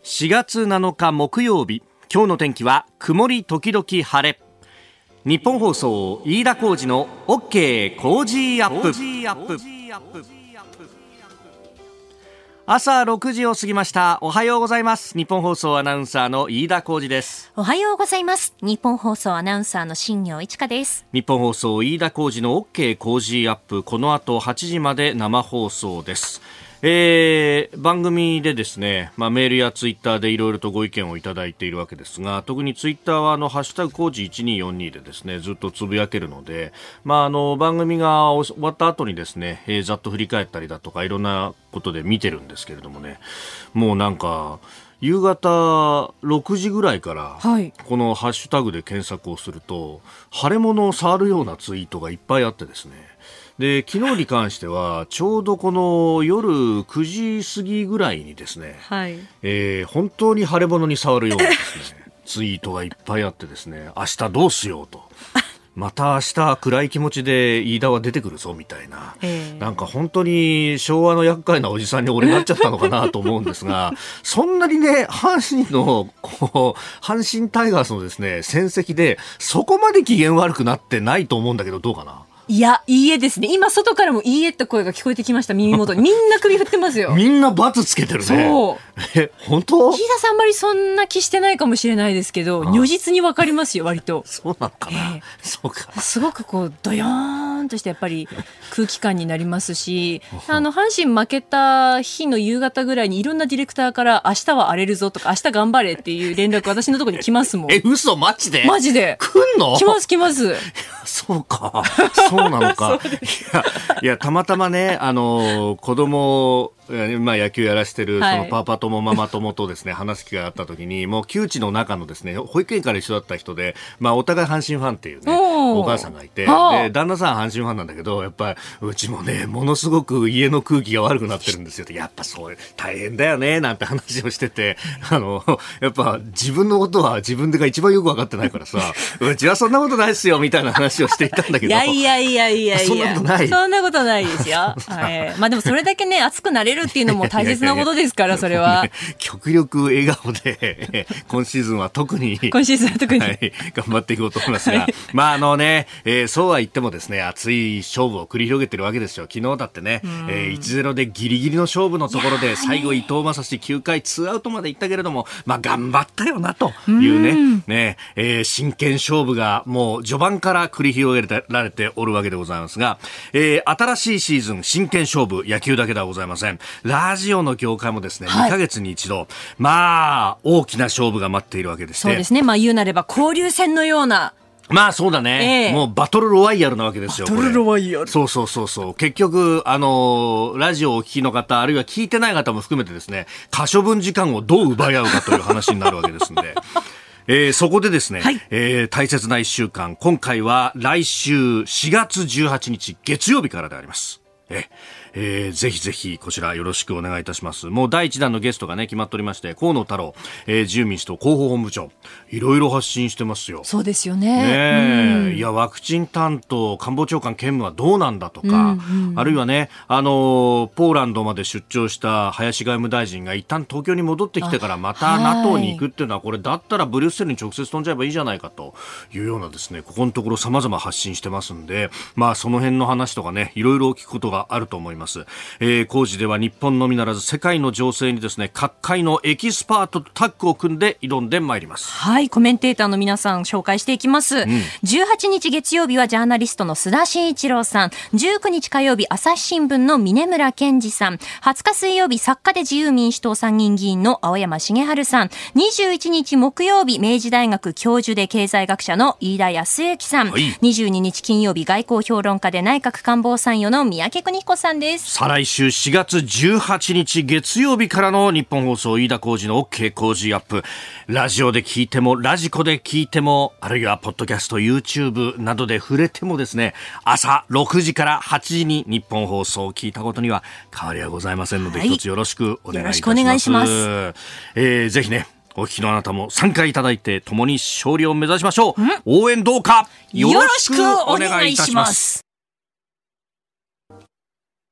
4月7日木曜日、今日の天気は曇り時々晴れ。日本放送飯田浩司の OK 工事アップ。朝6時を過ぎました。おはようございます。日本放送アナウンサーの飯田浩司です。 おはようございます。日本放送アナウンサーの新業一華です。 日本放送飯田浩司の OK 工事アップ、この後8時まで生放送です。番組でですね、メールやツイッターでいろいろとご意見をいただいているわけですが、特にツイッターはハッシュタグ工事1242でですね、ずっとつぶやけるので、番組が終わった後にですね、ざっと振り返ったりだとかいろんなことで見てるんですけれどもね、もうなんか夕方6時ぐらいから、このハッシュタグで検索をすると、腫れ物を触るようなツイートがいっぱいあってですね、で昨日に関してはちょうどこの夜9時過ぎぐらいにですね、本当に腫れ物に触るようなですねツイートがいっぱいあってですね、明日どうしようと、また明日暗い気持ちで飯田は出てくるぞみたいな、なんか本当に昭和の厄介なおじさんに俺なっちゃったのかなと思うんですがそんなにね、阪神タイガースのですね戦績でそこまで機嫌悪くなってないと思うんだけど、どうかな。 いや、いいえですね。今外からもいいえって声が聞こえてきました。耳元にみんな首振ってますよ。 みんなバツつけてるね。 そう。 本当？ 飯田さんあんまりそんな気してないかもしれないですけど、如実にわかりますよ、割と。 そうなのかな、そうか。 すごくこうドヨーンとしてやっぱり空気感になりますし阪神負けた日の夕方ぐらいにいろんなディレクターから明日は荒れるぞとか明日頑張れっていう連絡私のところに来ますもん。 嘘？マジで？ マジで来んの？ 来ます。 そうか、そうなのか。いやたまたまね、子供野球やらしてるそのパパ友ママ友とですね話す機会があった時に、もう旧知の中のですね保育園から一緒だった人で、お互い阪神ファンっていうねお母さんがいて、で旦那さん阪神ファンなんだけど、やっぱりうちもねものすごく家の空気が悪くなってるんですよ。やっぱそう大変だよねなんて話をしてて、やっぱ自分のことは自分が一番よく分かってないからさうちはそんなことないっすよみたいな話をしていたんだけど、 いやそんなことない。 そんなことないですよ。でもそれだけね熱くなれるっていうのも大切なことですから、それは極力笑顔で今シーズンは特に頑張っていこうと思いますが、そうは言ってもですね、熱い勝負を繰り広げてるわけですよ。昨日だってね、1-0 でギリギリの勝負のところで最後伊藤将司9回2アウトまでいったけれども、頑張ったよなというね、真剣勝負がもう序盤から繰り広げられておるわけでございますが、新しいシーズン真剣勝負、野球だけではございません。ラジオの業界もですね、2ヶ月に一度大きな勝負が待っているわけでして、 そうですね、言うなれば交流戦のような、 そうだね、もうバトルロワイヤルなわけですよ。 バトルロワイヤル。 そう結局ラジオをお聞きの方、あるいは聞いてない方も含めてですね、可処分時間をどう奪い合うかという話になるわけですのでそこでですね、大切な1週間、今回は来週4月18日月曜日からであります。ぜひぜひこちらよろしくお願いいたします。もう第1弾のゲストがね決まっておりまして、河野太郎、自由民主党広報本部長、いろいろ発信してますよ。 そうですよね。 いやワクチン担当官房長官兼務はどうなんだとか、あるいはねポーランドまで出張した林外務大臣が一旦東京に戻ってきてからまた NATO に行くっていうのは、これだったらブリュッセルに直接飛んじゃえばいいじゃないかというようなですね、ここのところ様々発信してますんで、その辺の話とかねいろいろ聞くことがあると思います。工事では日本のみならず世界の情勢にですね、各界のエキスパートとタッグを組んで挑んでまいります。 コメンテーターの皆さん紹介していきます。18日月曜日はジャーナリストの須田慎一郎さん、19日火曜日朝日新聞の峰村健二さん、20日水曜日作家で自由民主党参議院議員の青山茂春さん、21日木曜日明治大学教授で経済学者の飯田康之さん、22日金曜日外交評論家で内閣官房参与の三宅邦彦さんです。 再来週4月18日月曜日からの日本放送飯田浩司の OK 工事アップ、ラジオで聞いてもラジコで聞いても、あるいはポッドキャスト YouTube などで触れてもですね、朝6時から8時に日本放送を聞いたことには変わりはございませんので、一つよろしくお願いいたします。 よろしくお願いします。 ぜひねお聞きのあなたも参加いただいて共に勝利を目指しましょう。応援どうかよろしくお願いいたします。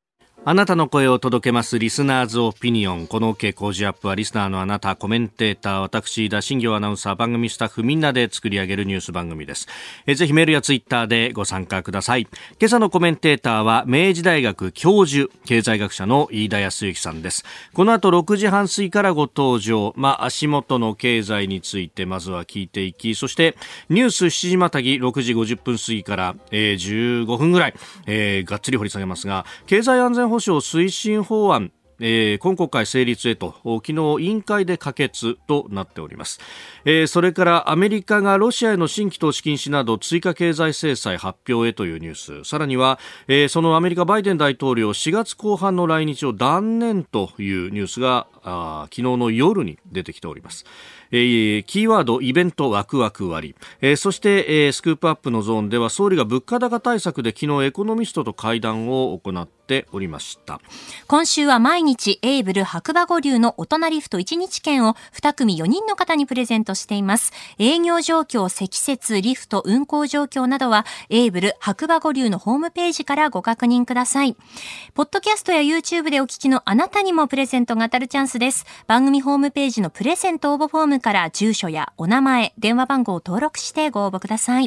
あなたの声を届けますリスナーズオピニオン。この OK 工事アップはリスナーのあなた、コメンテーター、私田新行アナウンサー、番組スタッフみんなで作り上げるニュース番組です。ぜひメールやツイッターでご参加ください。今朝のコメンテーターは明治大学教授、経済学者の飯田康之さんです。この後6時半過ぎからご登場。足元の経済についてまずは聞いていき、そしてニュース7時またぎ6時50分過ぎから、15分ぐらい、がっつり掘り下げますが、経済安全保障推進法案、今国会成立へと昨日委員会で可決となっております。それからアメリカがロシアへの新規投資禁止など追加経済制裁発表へというニュース、さらには、そのアメリカバイデン大統領4月後半の来日を断念というニュースが昨日の夜に出てきております。キーワードイベントワクワク割、そして、スクープアップのゾーンでは総理が物価高対策で昨日エコノミストと会談を行っておりました。 今週は毎日エーブル白馬五流の大人リフト1日券を2組4人の方にプレゼントしています。営業状況、積雪、リフト運行状況などはエーブル白馬五流のホームページからご確認ください。ポッドキャストや YouTube でお聞きのあなたにもプレゼントが当たるチャンスです。番組ホームページのプレゼント応募フォームから住所やお名前、電話番号を登録してご応募ください。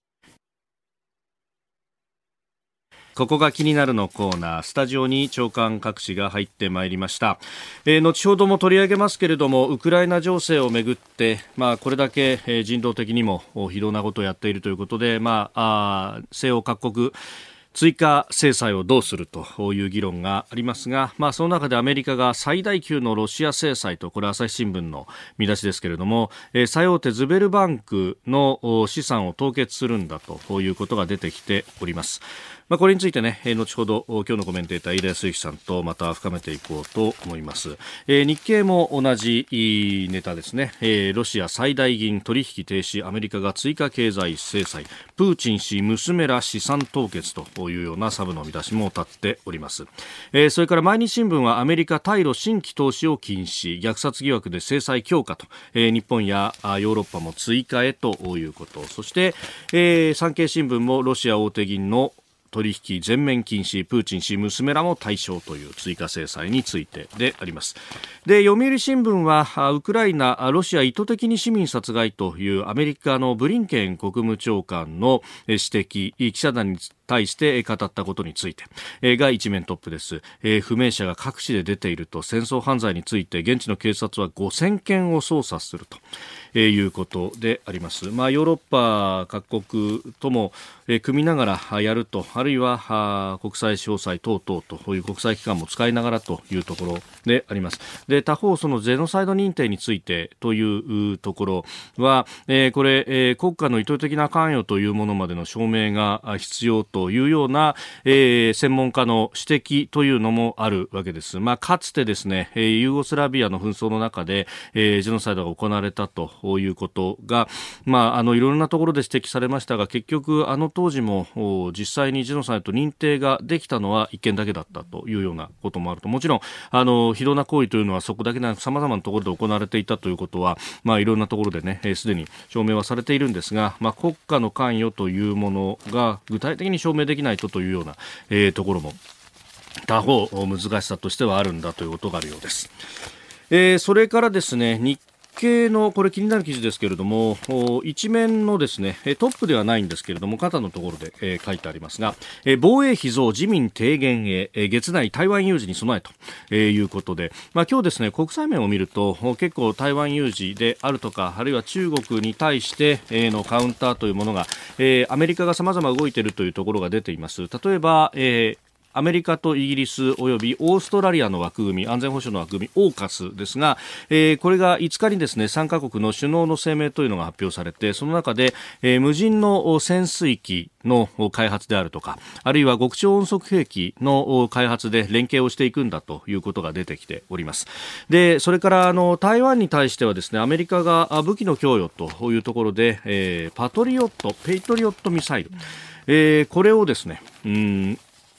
ここが気になるのコーナー、スタジオに長官各紙が入ってまいりました。後ほども取り上げますけれども、ウクライナ情勢をめぐって、これだけ人道的にも非道なことをやっているということで、西欧各国追加制裁をどうするという議論がありますが、その中でアメリカが最大級のロシア制裁と、これ朝日新聞の見出しですけれども、最大手ズベルバンクの資産を凍結するんだということが出てきております。これについてね、後ほど今日のコメンテーター飯田康之さんとまた深めていこうと思います。日経も同じネタですね。ロシア最大銀取引停止、アメリカが追加経済制裁、プーチン氏娘ら資産凍結というようなサブの見出しも立っております。それから毎日新聞はアメリカ対ロ新規投資を禁止、虐殺疑惑で制裁強化と、日本やヨーロッパも追加へということ。そして、産経新聞もロシア大手銀の取引全面禁止、プーチン氏娘らも対象という追加制裁についてであります。で、読売新聞はウクライナ、ロシア意図的に市民殺害というアメリカのブリンケン国務長官の指摘、記者団に対して語ったことについてが一面トップです。不明者が各地で出ていると、戦争犯罪について現地の警察は5000件を捜査するということであります。ヨーロッパ各国とも組みながらやると、あるいは国際司法裁等々という国際機関も使いながらというところであります。で、他方そのジェノサイド認定についてというところは、これ、国家の意図的な関与というものまでの証明が必要というような、専門家の指摘というのもあるわけです。かつてですね、ユーゴスラビアの紛争の中で、ジェノサイドが行われたということが、いろいろなところで指摘されましたが、結局当時も実際にジェノサイド認定ができたのは1件だけだったというようなこともあると。もちろん非道な行為というのはそこだけでなく様々なところで行われていたということは、いろんなところでね、すでに証明はされているんですが、国家の関与というものが具体的に証明できないというような、ところも他方難しさとしてはあるんだということがあるようです。それからですね、日経のこれ気になる記事ですけれども、一面のですねトップではないんですけれども、肩のところで、書いてありますが、防衛費増自民提言へ、月内台湾有事に備えと、いうことで、今日ですね国際面を見ると結構台湾有事であるとか、あるいは中国に対して、のカウンターというものが、アメリカが様々動いているというところが出ています。例えば、アメリカとイギリスおよびオーストラリアの枠組み、安全保障の枠組み AUKUS ですが、これが5日にですね3カ国の首脳の声明というのが発表されて、その中で、無人の潜水機の開発であるとか、あるいは極超音速兵器の開発で連携をしていくんだということが出てきております。で、それから台湾に対してはですね、アメリカが武器の供与というところで、ペイトリオットミサイル、これをですね、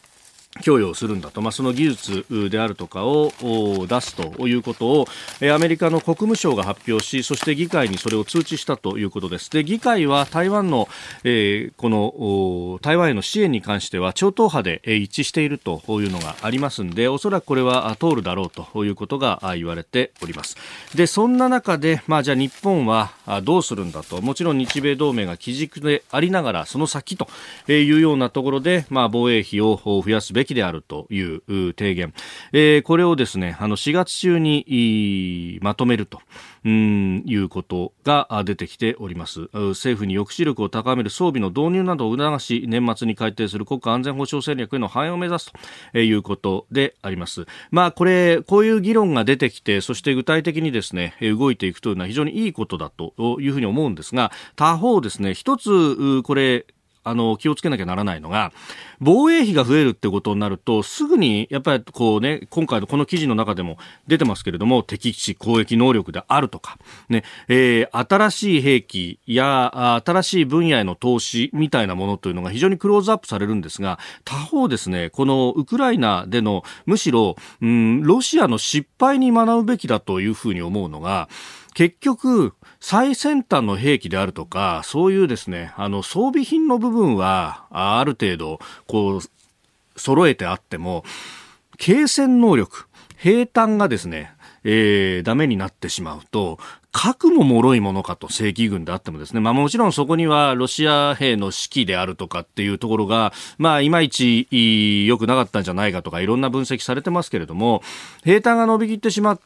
供与するんだと、その技術であるとかを出すということをアメリカの国務省が発表し、そして議会にそれを通知したということです。で、議会は台湾の、この台湾への支援に関しては超党派で一致しているというのがありますので、おそらくこれは通るだろうということが言われております。で、そんな中で、じゃあ日本はどうするんだと、もちろん日米同盟が基軸でありながらその先というようなところで、防衛費を増やすべきであるという提言、これをですね4月中にまとめるということが出てきております。政府に抑止力を高める装備の導入などを促し、年末に改定する国家安全保障戦略への反映を目指すということであります。こういう議論が出てきて、そして具体的にですね動いていくというのは非常にいいことだというふうに思うんですが、他方ですね、一つこれ気をつけなきゃならないのが、防衛費が増えるってことになると、すぐにやっぱり今回のこの記事の中でも出てますけれども、敵基地攻撃能力であるとか、新しい兵器や新しい分野への投資みたいなものというのが非常にクローズアップされるんですが、他方ですね、このウクライナでのむしろロシアの失敗に学ぶべきだというふうに思うのが、結局最先端の兵器であるとか、そういうですね装備品の部分はある程度揃えてあっても、継戦能力、兵隊がですねダメになってしまうと、核も脆いものかと、正規軍であってもですね、もちろんそこにはロシア兵の士気であるとかっていうところがいまいち良くなかったんじゃないかとか、いろんな分析されてますけれども、兵隊が伸びきってしまって、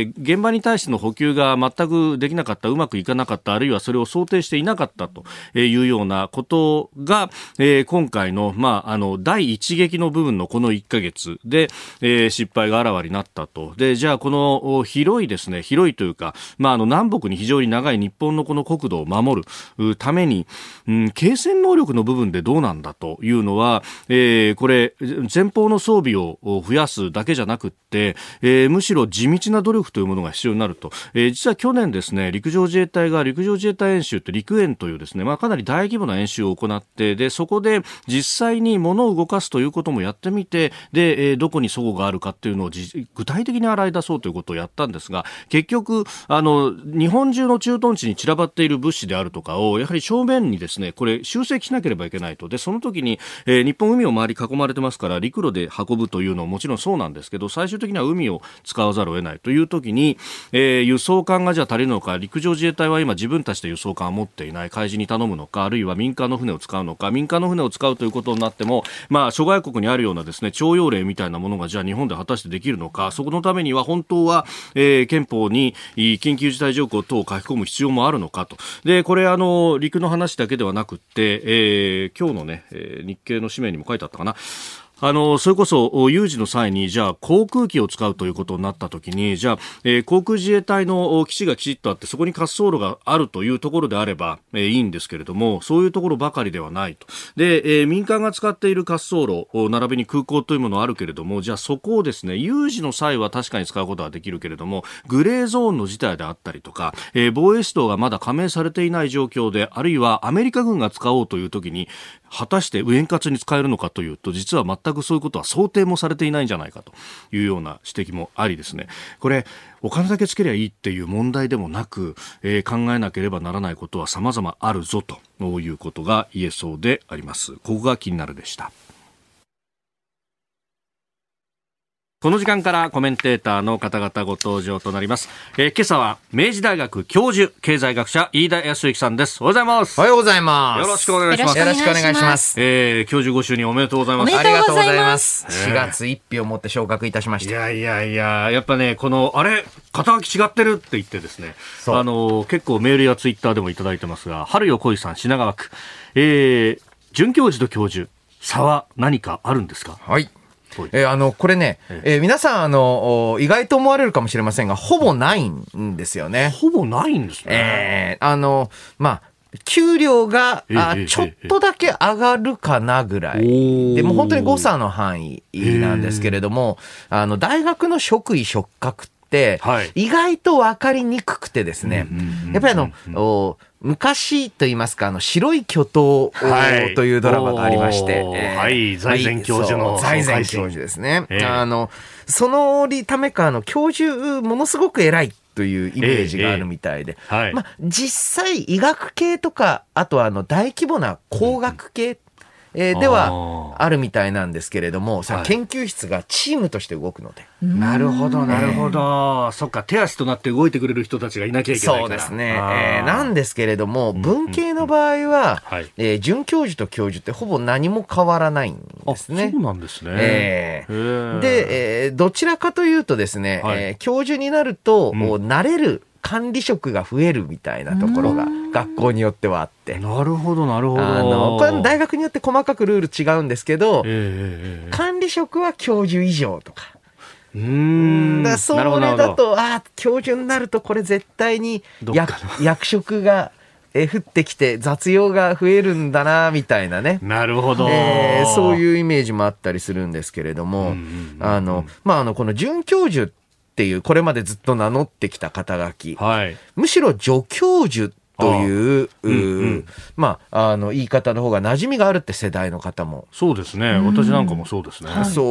現場に対しての補給が全くできなかった、うまくいかなかった、あるいはそれを想定していなかったというようなことが、今回の第一撃の部分のこの1ヶ月で、失敗があらわになったと。で、じゃあこの広いというか、南北に非常に長い日本のこの国土を守るために、継戦能力の部分でどうなんだというのは、これ前方の装備を増やすだけじゃなくって、むしろ地道な努力というものが必要になると。実は去年ですね、陸上自衛隊が陸上自衛隊演習って陸演というですね、かなり大規模な演習を行って、でそこで実際に物を動かすということもやってみて、で、どこに齟齬があるかっていうのを具体的に洗い出そうということをやったんですが、結局日本中の駐屯地に散らばっている物資であるとかをやはり正面にですね、これ集積しなければいけないと。でその時に、日本海を周り囲まれてますから、陸路で運ぶというのももちろんそうなんですけど、最終的には海を使わざるを得ないという時に、輸送艦がじゃあ足りるのか、陸上自衛隊は今自分たちで輸送艦を持っていない、海自に頼むのか、あるいは民間の船を使うのか。民間の船を使うということになっても、諸外国にあるようなですね徴用令みたいなものがじゃあ日本で果たしてできるのか。そこのためには本当は、憲法に緊急事態条項等を書き込む必要もあるのかと。でこれ陸の話だけではなくって、今日のね、日経の紙面にも書いてあったかな。それこそ有事の際にじゃあ航空機を使うということになったときに、じゃあ、航空自衛隊の基地がきちっとあって、そこに滑走路があるというところであれば、いいんですけれども、そういうところばかりではないと。で、民間が使っている滑走路並びに空港というものはあるけれども、じゃあそこをですね、有事の際は確かに使うことはできるけれども、グレーゾーンの事態であったりとか、防衛出動がまだ加盟されていない状況で、あるいはアメリカ軍が使おうというときに果たして円滑に使えるのかというと、実は全くそういうことは想定もされていないんじゃないかというような指摘もありですね、これお金だけつけりゃいいっていう問題でもなく、考えなければならないことは様々あるぞということが言えそうであります。ここが気になるでした。この時間からコメンテーターの方々ご登場となります。今朝は明治大学教授、経済学者飯田康之さんです。おはようございます。 おはようございます。 よろしくお願いします。 よろしくお願いします。 教授ご就任おめでとうございます。 ありがとうございます。 4月1日をもって昇格いたしました。 いややっぱね、この肩書き違ってるって言ってですね、結構メールやツイッターでもいただいてますが、春よ来いさん、品川区、准教授と教授、差は何かあるんですか？ はい。これね、皆さん意外と思われるかもしれませんが、ほぼないんですよね。 ほぼないんですね。 給料がちょっとだけ上がるかなぐらいで、もう本当に誤差の範囲なんですけれども、大学の職位昇格って意外と分かりにくくてですね、やっぱり昔と言いますか、白い巨塔、というドラマがありまして、 財前教授の財前教授ですね。そのためか、教授、ものすごく偉いというイメージがあるみたいで、実際医学系とか、あと大規模な工学系、ではあるみたいなんですけれども、研究室がチームとして動くので。 なるほど、なるほど。そっか、手足となって動いてくれる人たちがいなきゃいけないから。 そうですね。なんですけれども、文系の場合は、准教授と教授ってほぼ何も変わらないんですね。 そうなんですね。 で、どちらかというとですね、教授になると、慣れる管理職が増えるみたいなところが学校によってはあって。 なるほど、なるほど。 これは大学によって細かくルール違うんですけど、管理職は教授以上とか。それだと、教授になるとこれ絶対に役職が降ってきて雑用が増えるんだな、みたいなね。 なるほど。 そういうイメージもあったりするんですけれども、この准教授っていうこれまでずっと名乗ってきた肩書き、むしろ助教授という言い方の方が馴染みがあるって世代の方も。 そうですね。私なんかもそうですね。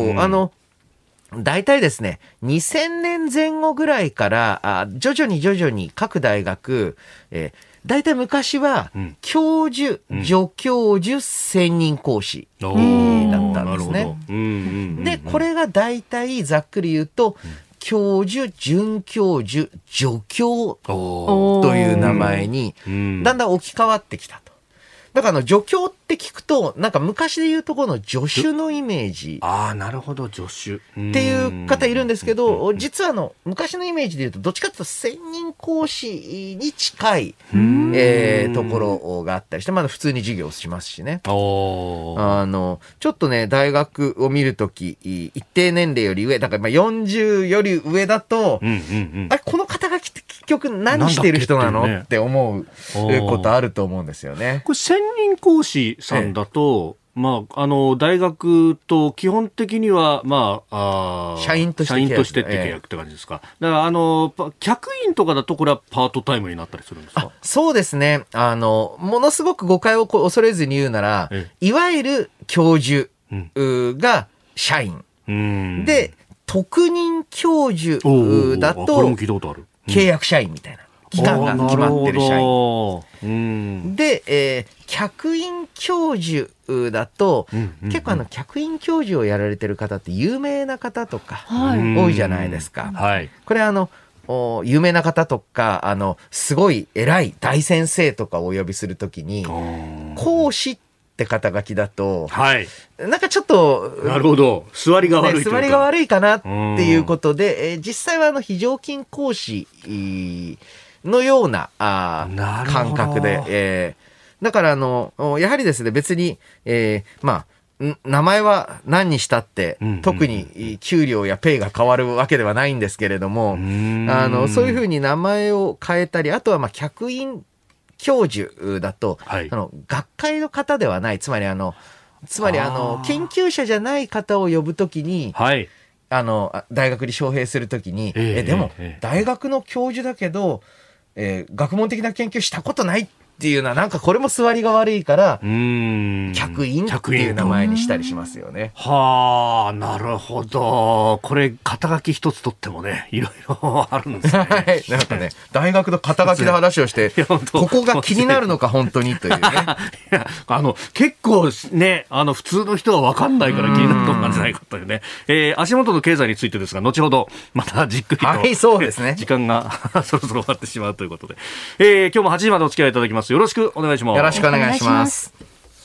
大体ですね、2000年前後ぐらいから徐々に各大学、大体昔は教授、助教授、専任講師だったんですね。で、これが大体ざっくり言うと、教授、准教授、助教という名前にだんだん置き換わってきたと。だから助教って聞くと、なんか昔で言うとこの助手のイメージ。 なるほど、助手。 っていう方いるんですけど、実は昔のイメージで言うと、どっちかというと専任講師に近い、ところがあったりして、普通に授業をしますしね。ちょっとね、大学を見るとき、一定年齢より上、だから40より上だと、あれ、この肩書きって結局何してる人なのって思うことあると思うんですよね。 これ専任講師さんだと、大学と基本的には、 社員としてって契約って感じですか。だから、客員とかだと、これはパートタイムになったりするんですか？ そうですね。ものすごく誤解を恐れずに言うなら、いわゆる教授が社員。で、特任教授だと、 これも聞いたことある。 契約社員みたいな。期間が決まってる社員。で、客員教授だと、結構客員教授をやられてる方って有名な方とか多いじゃないですか。これ有名な方とか、すごい偉い大先生とかをお呼びするときに、講師って肩書きだと、なんかちょっと、 なるほど。座りが悪いというか。 座りが悪いかなっていうことで、実際は非常勤講師のような感覚で、だからやはりですね、別に、名前は何にしたって、特に給料やペイが変わるわけではないんですけれども、そういうふうに名前を変えたり、あとは客員教授だと、学会の方ではない、つまり研究者じゃない方を呼ぶときに、大学に招聘するときに、でも、大学の教授だけど、学問的な研究したことないっていうのはなんかこれも座りが悪いから客員っていう名前にしたりしますよね。 なるほど。これ肩書き一つ取ってもね、いろいろあるんですね。 なんかね、大学の肩書きの話をしてここが気になるのか本当にというね。 結構ね、普通の人は分かんないから気になるとこなんじゃないかというね。足元の経済についてですが、後ほどまたじっくりと、 そうですね、 時間がそろそろ終わってしまうということで、今日も8時までお付き合いいただきます。よろしくお願いします。 よろしくお願いします。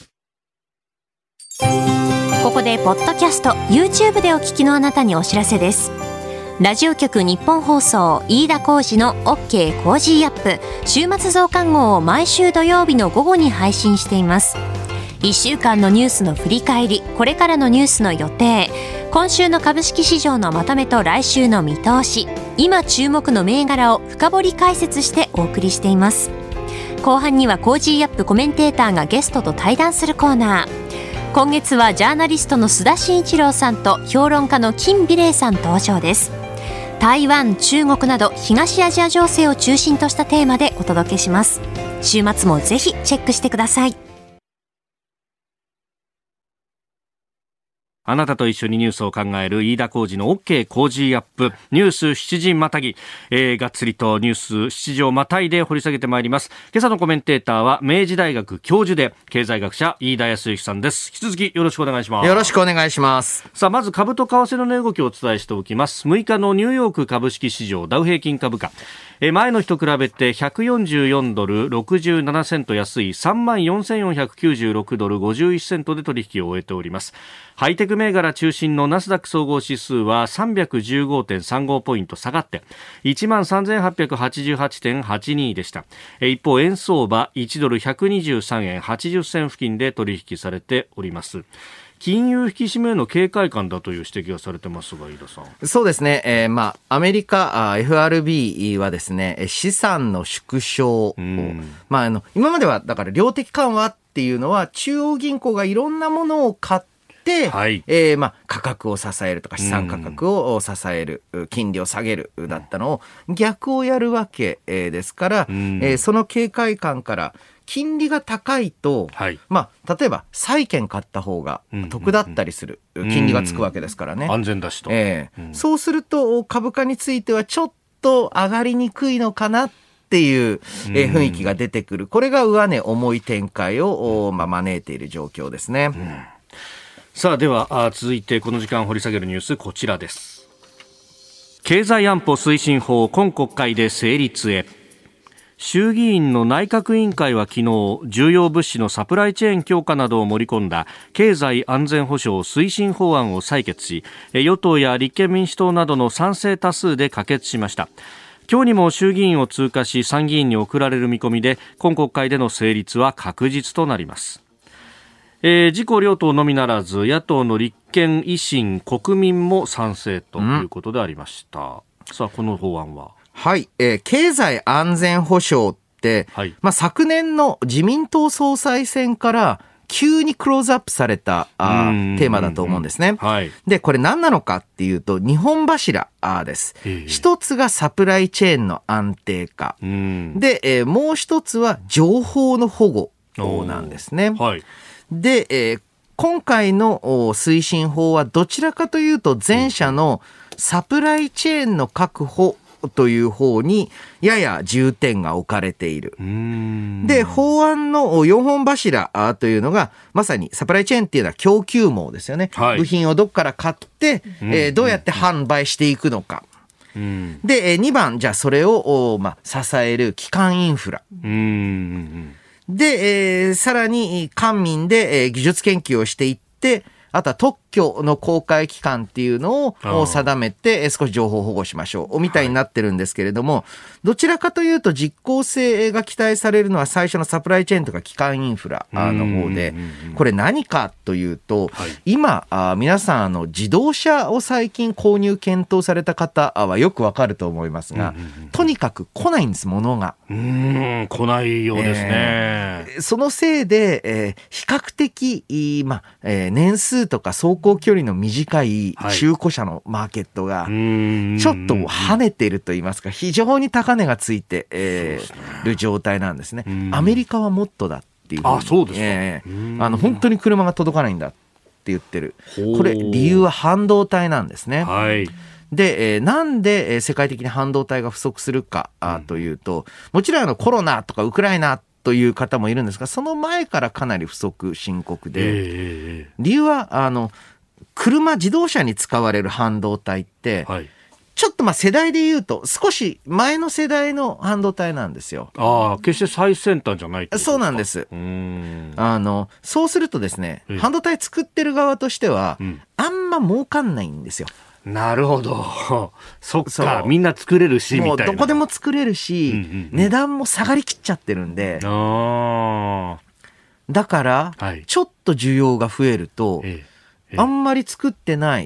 ここでポッドキャスト YouTube でお聞きのあなたにお知らせです。ラジオ局日本放送飯田浩司の OK コージーアップ週末増刊号を毎週土曜日の午後に配信しています。1週間のニュースの振り返り、これからのニュースの予定、今週の株式市場のまとめと来週の見通し、今注目の銘柄を深掘り解説してお送りしています。後半にはコージーアップコメンテーターがゲストと対談するコーナー。今月はジャーナリストの須田慎一郎さんと評論家の金美玲さん登場です。 台湾、中国など東アジア情勢を中心としたテーマでお届けします。週末もぜひチェックしてください。 あなたと一緒にニュースを考える飯田浩司の OK 工事アップ、ニュース7時またぎ、がっつりとニュース7時をまたいで掘り下げてまいります。今朝のコメンテーターは明治大学教授で経済学者飯田康之さんです。引き続きよろしくお願いします。 よろしくお願いします。 さあ、まず株と為替の値動きをお伝えしておきます。6日のニューヨーク株式市場ダウ平均株価、前の日と比べて144ドル67セント安い 34,496 ドル51セントで取引を終えております。ハイテク銘柄中心のナスダック総合指数は 315.35 ポイント下がって 13,888.82 でした。一方、円相場1ドル123円80銭付近で取引されております。金融引き締めの警戒感だという指摘がされてますが、飯田さん。 そうですね。アメリカFRB はですね、資産の縮小を、今まではだから量的緩和っていうのは中央銀行がいろんなものを買って、はい、価格を支えるとか資産価格を支える、金利を下げるだったのを逆をやるわけですから、その警戒感から金利が高いと、はい、例えば債券買った方が得だったりする、金利がつくわけですからね。 安全だしと、 そうすると株価についてはちょっと上がりにくいのかなっていう雰囲気が出てくる。これが上値重い展開を招いている状況ですね。 さあ、では続いてこの時間掘り下げるニュース、こちらです。経済安保推進法今国会で成立へ。衆議院の内閣委員会は昨日、重要物資のサプライチェーン強化などを盛り込んだ経済安全保障推進法案を採決し、与党や立憲民主党などの賛成多数で可決しました。今日にも衆議院を通過し参議院に送られる見込みで、今国会での成立は確実となります。自公両党のみならず野党の立憲、維新、国民も賛成ということでありました。さあ、この法案ははい、経済安全保障って、はい、昨年の自民党総裁選から急にクローズアップされたテーマだと思うんですね。はい、で、これ何なのかっていうと2本柱です。一つがサプライチェーンの安定化で、もう一つは情報の保護なんですね。はい、で、今回の推進法はどちらかというと前者のサプライチェーンの確保という方にやや重点が置かれている。で、法案の4本柱というのがまさにサプライチェーンっていうのは供給網ですよね。はい、部品をどっから買って、どうやって販売していくのか。で、2番、じゃあそれを支える基幹インフラ。で、さらに官民で技術研究をしていって、あとは特許の公開期間っていうのを定めて少し情報保護しましょうみたいになってるんですけれども、どちらかというと実効性が期待されるのは最初のサプライチェーンとか基幹インフラの方で、これ何かというと、今皆さん自動車を最近購入検討された方はよくわかると思いますが、とにかく来ないんです、物が。 来ないようですね。 そのせいで、比較的、年数とか走行距離の短い中古車のマーケットがちょっと跳ねてると言いますか、非常に高値がついてる状態なんですね。アメリカはもっとだっていうふうに、 そうですか。 本当に車が届かないんだって言ってる。これ理由は半導体なんですね。はい、で、なんで世界的に半導体が不足するかというと、もちろんコロナとかウクライナという方もいるんですが、その前からかなり不足深刻で、理由は自動車に使われる半導体って、ちょっと世代で言うと少し前の世代の半導体なんですよ。 決して最先端じゃないってことですか。 そうなんです。そうするとですね、半導体作ってる側としては、あんま儲かんないんですよ。 なるほど。そっか、みんな作れるしみたいな。 もうどこでも作れるし、値段も下がりきっちゃってるんで、だから、ちょっと需要が増えると、あんまり作ってない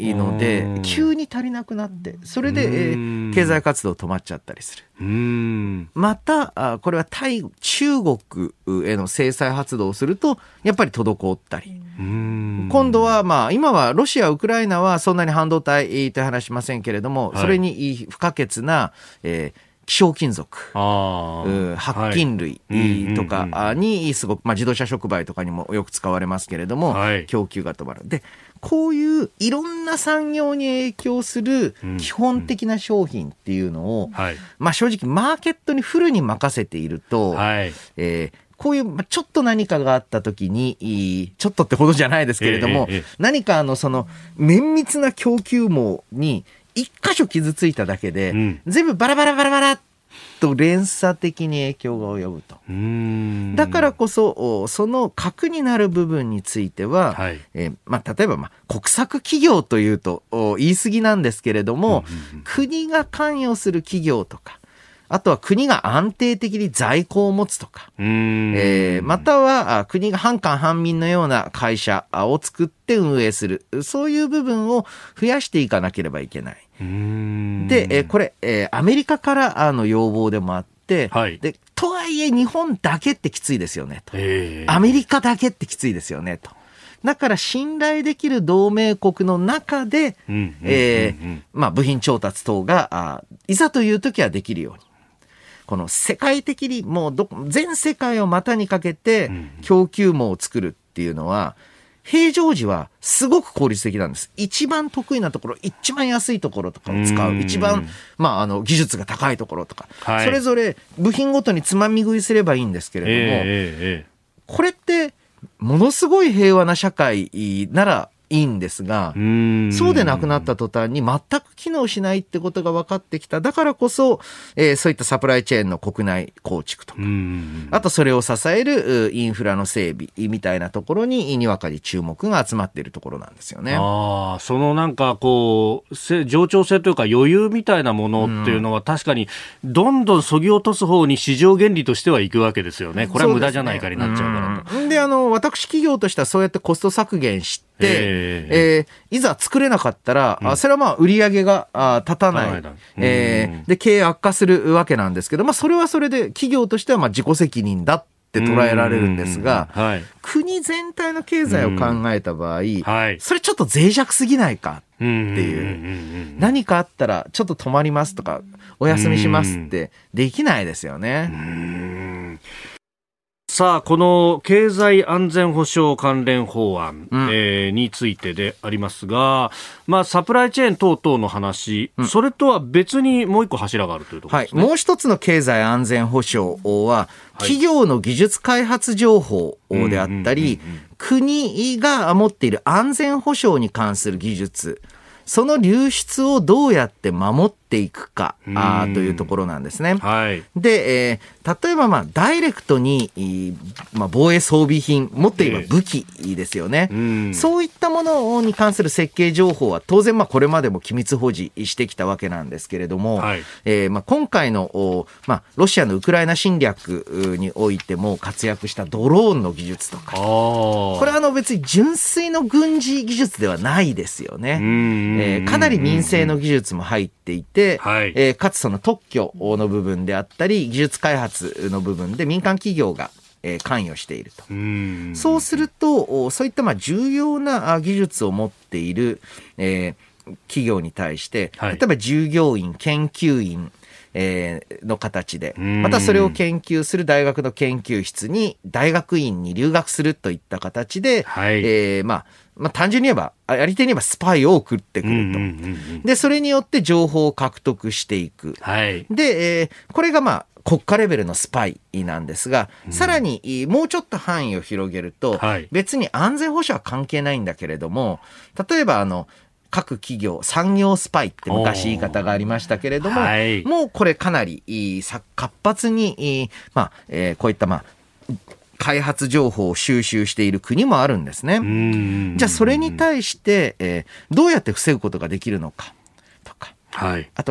ので急に足りなくなって、それで、経済活動止まっちゃったりする。またこれは中国への制裁発動をするとやっぱり滞ったり、今度は今はロシアウクライナはそんなに半導体って話しませんけれども、それに不可欠な、希少金属、白金類とかにすごく、自動車触媒とかにもよく使われますけれども、供給が止まる。でこういういろんな産業に影響する基本的な商品っていうのを、正直マーケットにフルに任せていると、こういうちょっと何かがあった時に、ちょっとってほどじゃないですけれども、何かその綿密な供給網に一箇所傷ついただけで、全部バラバラバラバラと連鎖的に影響が及ぶと。だからこそその核になる部分については、例えば国策企業というと言い過ぎなんですけれども、国が関与する企業とか、あとは国が安定的に在庫を持つとか、または国が半官半民のような会社を作って運営する、そういう部分を増やしていかなければいけない。で、これ、アメリカからの要望でもあって、でとはいえ日本だけってきついですよねと、アメリカだけってきついですよねと。だから信頼できる同盟国の中で、部品調達等がいざという時はできるように、この世界的にもう全世界を股にかけて供給網を作るっていうのは、平常時はすごく効率的なんです。一番得意なところ、一番安いところとかを使う、一番、技術が高いところとか、それぞれ部品ごとにつまみ食いすればいいんですけれども、これってものすごい平和な社会ならいいんですが、そうでなくなった途端に全く機能しないってことが分かってきた。だからこそ、そういったサプライチェーンの国内構築とか、あとそれを支えるインフラの整備みたいなところににわかに注目が集まっているところなんですよね。 そのなんかこう冗長性というか余裕みたいなものっていうのは、確かにどんどん削ぎ落とす方に市場原理としてはいくわけですよね。これは無駄じゃないかになっちゃうからと。 で、私企業としてはそうやってコスト削減して、いざ作れなかったら、それは売り上げが立たない、で経営悪化するわけなんですけど、それはそれで企業としては自己責任だって捉えられるんですが、国全体の経済を考えた場合、それちょっと脆弱すぎないかっていう、何かあったらちょっと止まりますとかお休みしますってできないですよね。 さあ、この経済安全保障関連法案、についてでありますが、サプライチェーン等々の話、それとは別にもう一個柱があるというところですね。 もう一つの経済安全保障は、企業の技術開発情報であったり、国が持っている安全保障に関する技術、その流出をどうやって守っていくかというところなんですね。で、例えばダイレクトに、防衛装備品、もっと言えば武器ですよね。そういったものに関する設計情報は当然これまでも機密保持してきたわけなんですけれども、今回の、ロシアのウクライナ侵略においても活躍したドローンの技術とか、これは別に純粋の軍事技術ではないですよね。かなり民生の技術も入っていて、かつその特許の部分であったり技術開発の部分で民間企業が関与していると。そうするとそういった重要な技術を持っている企業に対して、例えば従業員、研究員の形で、またそれを研究する大学の研究室に大学院に留学するといった形で、単純に言えば、やり手に言えばスパイを送ってくると。で、それによって情報を獲得していく。で、これが国家レベルのスパイなんですが、さらにもうちょっと範囲を広げると、別に安全保障は関係ないんだけれども、例えば各企業、産業スパイって昔言い方がありましたけれども、もうこれかなり活発に、こういった開発情報を収集している国もあるんですね。じゃあそれに対して、どうやって防ぐことができるのかとか、あとは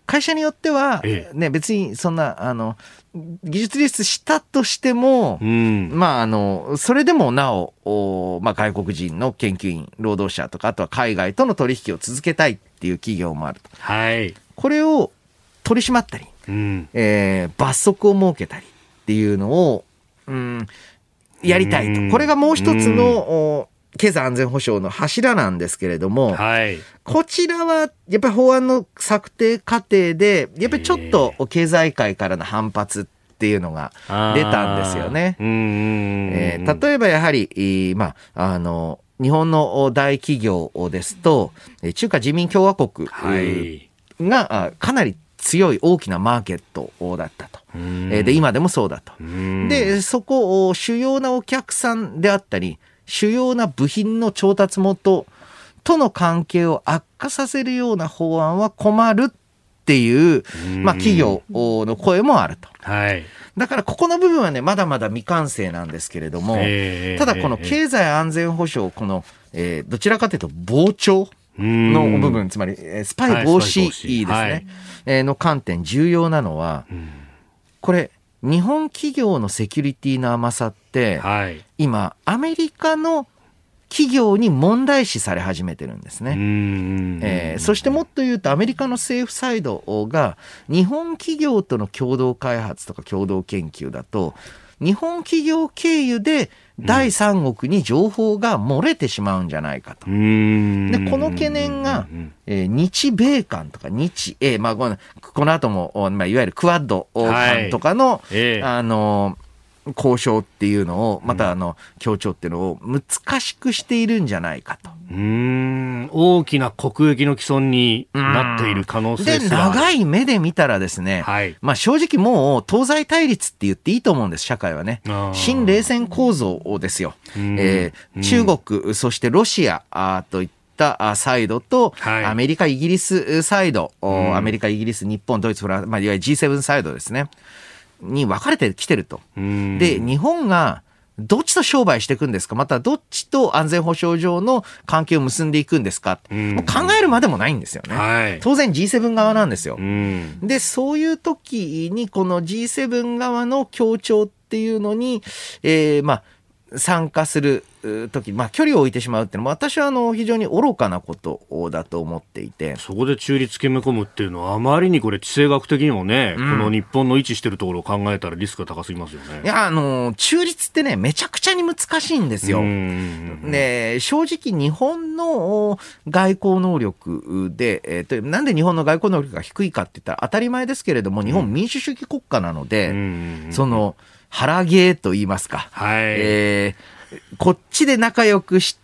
会社によっては、ね、別にそんな技術流出したとしても、それでもなお、外国人の研究員、労働者とか、あとは海外との取引を続けたいっていう企業もあると。はい。これを取り締まったり、罰則を設けたりっていうのを、やりたいと。これがもう一つの、経済安全保障の柱なんですけれども、こちらはやっぱり法案の策定過程でやっぱりちょっと経済界からの反発っていうのが出たんですよね。例えばやはり、日本の大企業ですと中華人民共和国がかなり強い大きなマーケットだったと。で今でもそうだと。でそこを主要なお客さんであったり主要な部品の調達元との関係を悪化させるような法案は困るっていう、企業の声もあると。だからここの部分はね、まだまだ未完成なんですけれども、ただこの経済安全保障、この、どちらかというと膨張の部分、つまり、スパイ防止ですね、の観点重要なのは、これ、日本企業のセキュリティの甘さって、今アメリカの企業に問題視され始めてるんですね。そしてもっと言うとアメリカの政府サイドが日本企業との共同開発とか共同研究だと日本企業経由で第三国に情報が漏れてしまうんじゃないかと。でこの懸念が、日米間とか日英、この後も、いわゆるクアッド間とかの、交渉っていうのをまた協調っていうのを難しくしているんじゃないかと。 大きな国益の既存になっている可能性で長い目で見たらですね、正直もう東西対立って言っていいと思うんです。社会はね新冷戦構造ですよ。中国そしてロシアといったサイドと、アメリカイギリスサイド、アメリカイギリス日本ドイツフランス、いわゆる G7 サイドですねに分かれてきてると。で日本がどっちと商売していくんですか、またどっちと安全保障上の関係を結んでいくんですか、もう考えるまでもないんですよね。当然 G7 側なんですよ。でそういう時にこの G7 側の協調っていうのに、参加する時、距離を置いてしまうっていうのも私は非常に愚かなことだと思っていて、 そこで中立決め込むっていうのはあまりにこれ地政学的にもね、この日本の位置してるところを考えたらリスクが高すぎますよね。 いや中立ってねめちゃくちゃに難しいんですよ。で正直日本の外交能力で、なんで日本の外交能力が低いかって言ったら当たり前ですけれども、日本民主主義国家なので、その腹芸と言いますか、こっちで仲良くして、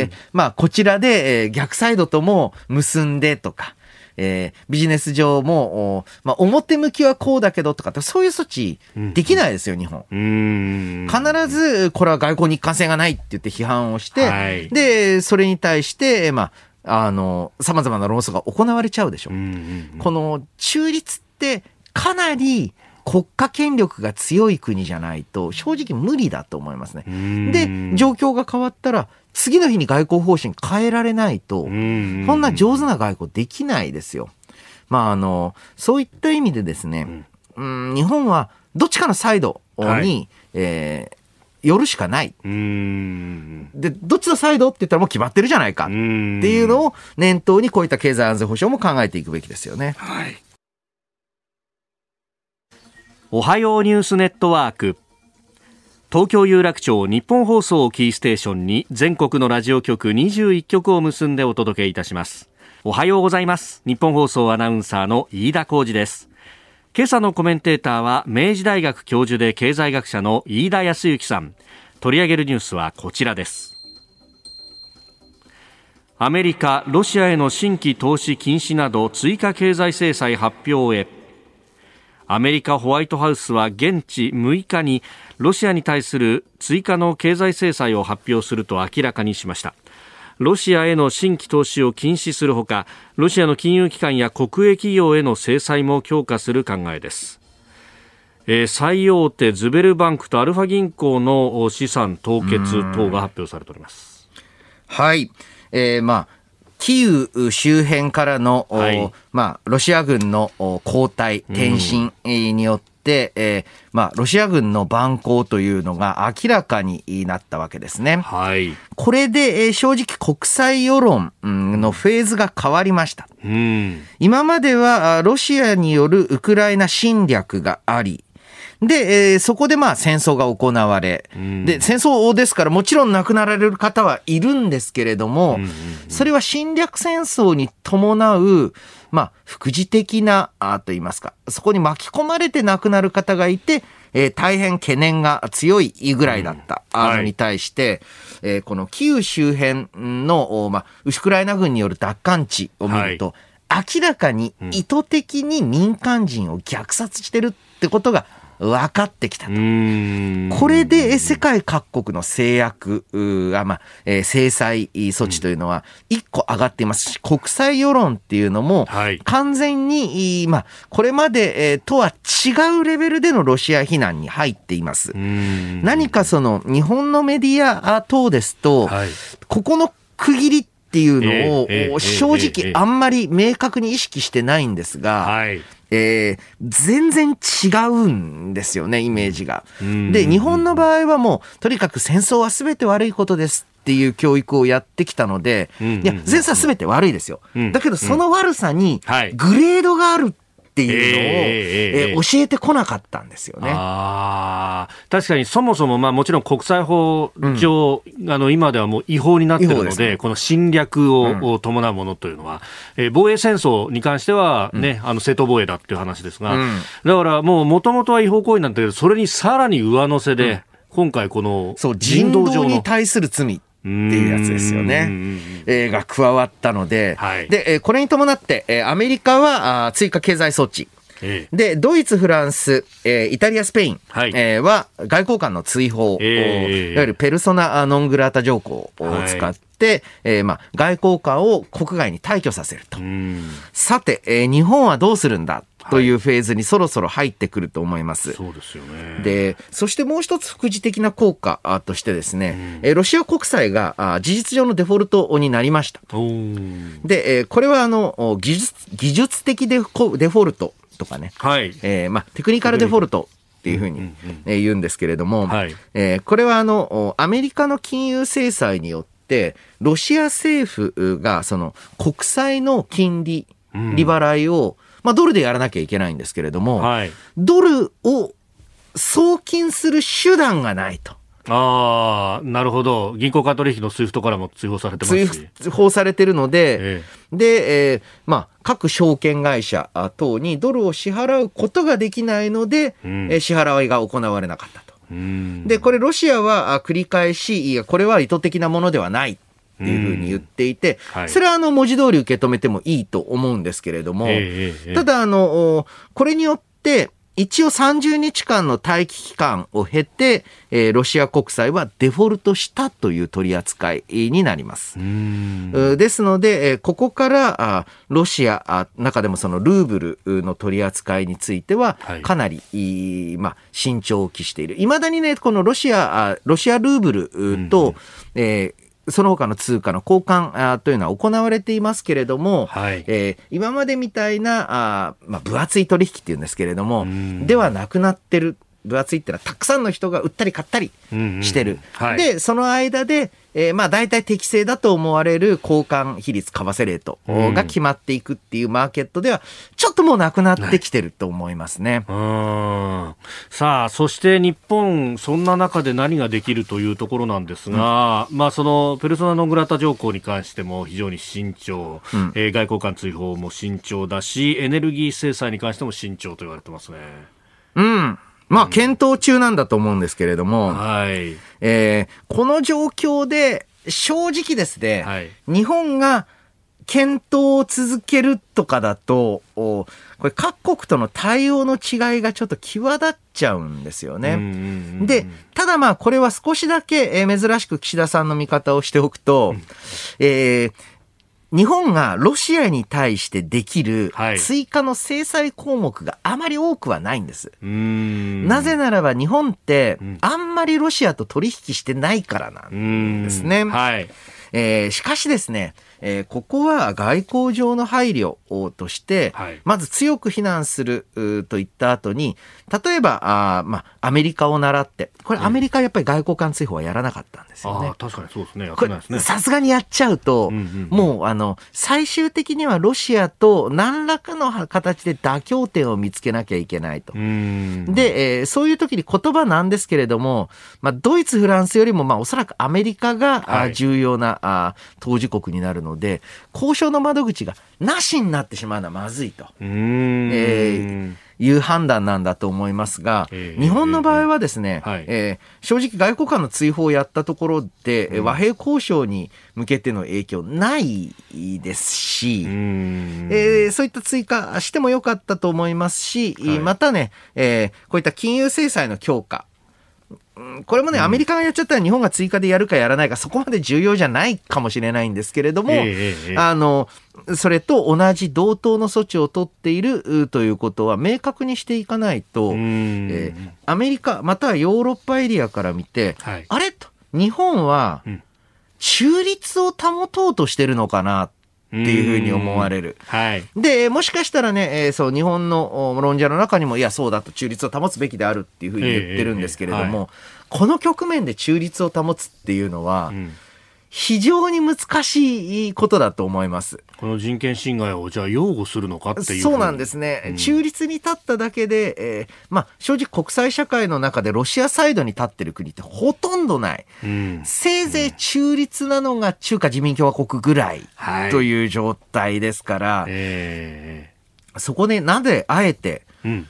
こちらで、逆サイドとも結んでとか、ビジネス上も、表向きはこうだけどとかってそういう措置できないですよ、日本。必ずこれは外交に一貫性がないって言って批判をして、でそれに対して様々な論争が行われちゃうでしょ。この中立ってかなり国家権力が強い国じゃないと正直無理だと思いますね。で状況が変わったら次の日に外交方針変えられないとそんな上手な外交できないですよ。そういった意味でですね、日本はどっちかのサイドに、寄るしかない。でどっちのサイドって言ったらもう決まってるじゃないかっていうのを念頭にこういった経済安全保障も考えていくべきですよね。 おはようニュースネットワーク、東京有楽町日本放送をキーステーションに全国のラジオ局21局を結んでお届けいたします。おはようございます。日本放送アナウンサーの飯田浩司です。今朝のコメンテーターは明治大学教授で経済学者の飯田康之さん。取り上げるニュースはこちらです。アメリカ、ロシアへの新規投資禁止など追加経済制裁発表へ。アメリカホワイトハウスは現地6日にロシアに対する追加の経済制裁を発表すると明らかにしました。ロシアへの新規投資を禁止するほか、ロシアの金融機関や国営企業への制裁も強化する考えです。最大手ズベルバンクとアルファ銀行の資産凍結等が発表されております。 はい、 キーウ周辺からの、 はいロシア軍の後退、転進によって、ロシア軍の蛮行というのが明らかになったわけですね。 はい。 これで、正直国際世論のフェーズが変わりました。今まではロシアによるウクライナ侵略があり、で、そこで戦争が行われ、で、戦争ですからもちろん亡くなられる方はいるんですけれども、それは侵略戦争に伴う、副次的な、と言いますか、そこに巻き込まれて亡くなる方がいて、大変懸念が強いぐらいだったのに対して、このキーウ周辺の、ウクライナ軍による奪還地を見ると、明らかに意図的に民間人を虐殺してるってことが分かってきたと。これで世界各国の制約制裁措置というのは一個上がっていますし、国際世論っていうのも完全に、これまでとは違うレベルでのロシア非難に入っています。何かその日本のメディア等ですと、ここの区切りっていうのを正直あんまり明確に意識してないんですが、全然違うんですよね、イメージが。で、日本の場合はもうとにかく戦争は全て悪いことですっていう教育をやってきたので、いや戦争は全て悪いですよ。だけどその悪さにグレードがあるっていうのを教えてこなかったんですよね。 確かにそもそももちろん国際法上、今ではもう違法になっているので、この侵略を伴うものというのは、防衛戦争に関してはね、正当防衛だっていう話ですが、だからもともとは違法行為なんだけど、それにさらに上乗せで、今回この人道に対する罪っていうやつですよね。が加わったので、で、これに伴って、アメリカは追加経済措置。で、ドイツ、フランス、イタリア、スペイン、は外交官の追放、いわゆるペルソナ・ノン・グラータ条項を使って、外交官を国外に退去させると。さて、日本はどうするんだというフェーズにそろそろ入ってくると思います。 そうですよね。 で、そしてもう一つ副次的な効果としてですね、ロシア国債が事実上のデフォルトになりました。で、これは技術的デフォルトとかね、テクニカルデフォルトっていうふうに言うんですけれども、これはアメリカの金融制裁によってロシア政府がその国債の金利利払いを、ドルでやらなきゃいけないんですけれども、ドルを送金する手段がないと。 なるほど。銀行間取引のスイフトからも追放されてますし。 追放されてるので、で、各証券会社等にドルを支払うことができないので、支払いが行われなかったと。で、これロシアは繰り返し、いや、これは意図的なものではないっていうふうに言っていて、それは文字通り受け止めてもいいと思うんですけれども、ただこれによって一応30日間の待機期間を経て、ロシア国債はデフォルトしたという取り扱いになります。ですので、ここからロシア中でもそのルーブルの取り扱いについてはかなり、慎重を期している。未だにね、このロシアルーブルと、その他の通貨の交換というのは行われていますけれども、今までみたいな分厚い取引っていうんですけれども、ではなくなってる。分厚いってのはたくさんの人が売ったり買ったりしてる。で、その間で、大体適正だと思われる交換比率為替レートが決まっていくっていうマーケットではちょっともうなくなってきてると思いますね。 さあ、そして日本そんな中で何ができるというところなんですが、そのペルソナノングラタ条項に関しても非常に慎重、外交官追放も慎重だし、エネルギー制裁に関しても慎重と言われてますね。 検討中なんだと思うんですけれども、この状況で正直ですね、日本が検討を続けるとかだと、これ各国との対応の違いがちょっと際立っちゃうんですよね。で、ただこれは少しだけ珍しく岸田さんの見方をしておくと、日本がロシアに対してできる追加の制裁項目があまり多くはないんです。なぜならば日本ってあんまりロシアと取引してないからなんですね。しかしですね、 ここは外交上の配慮として、はい、まず強く非難するといった後に、例えばアメリカを習って、これアメリカはやっぱり外交官追放はやらなかったんですよね。 確かにそうですね。やってないですね。 さすがにやっちゃうと、もう最終的にはロシアと何らかの形で妥協点を見つけなきゃいけないと。で、そういう時に言葉なんですけれども、ドイツ、フランスよりもおそらくアメリカが重要な当事国になるので、交渉の窓口がなしになってしまうのはまずいと。いう判断なんだと思いますが、日本の場合はですね、正直外交官の追放をやったところで、和平交渉に向けての影響ないですし、そういった追加してもよかったと思いますし、またね、こういった金融制裁の強化、これもね、アメリカがやっちゃったら日本が追加でやるかやらないかそこまで重要じゃないかもしれないんですけれども、それと同じ同等の措置を取っているということは明確にしていかないと、アメリカまたはヨーロッパエリアから見て、あれと日本は中立を保とうとしてるのかなっていうふうに思われる。で、もしかしたらね、そう、日本の論者の中にも、いや、そうだと中立を保つべきであるっていうふうに言ってるんですけれども、この局面で中立を保つっていうのは、非常に難しいことだと思います。 この人権侵害をじゃあ擁護するのかっていう。 そうなんですね。中立に立っただけで、正直国際社会の中でロシアサイドに立ってる国ってほとんどない。せいぜい中立なのが中華人民共和国ぐらいという状態ですから、そこでなんであえて、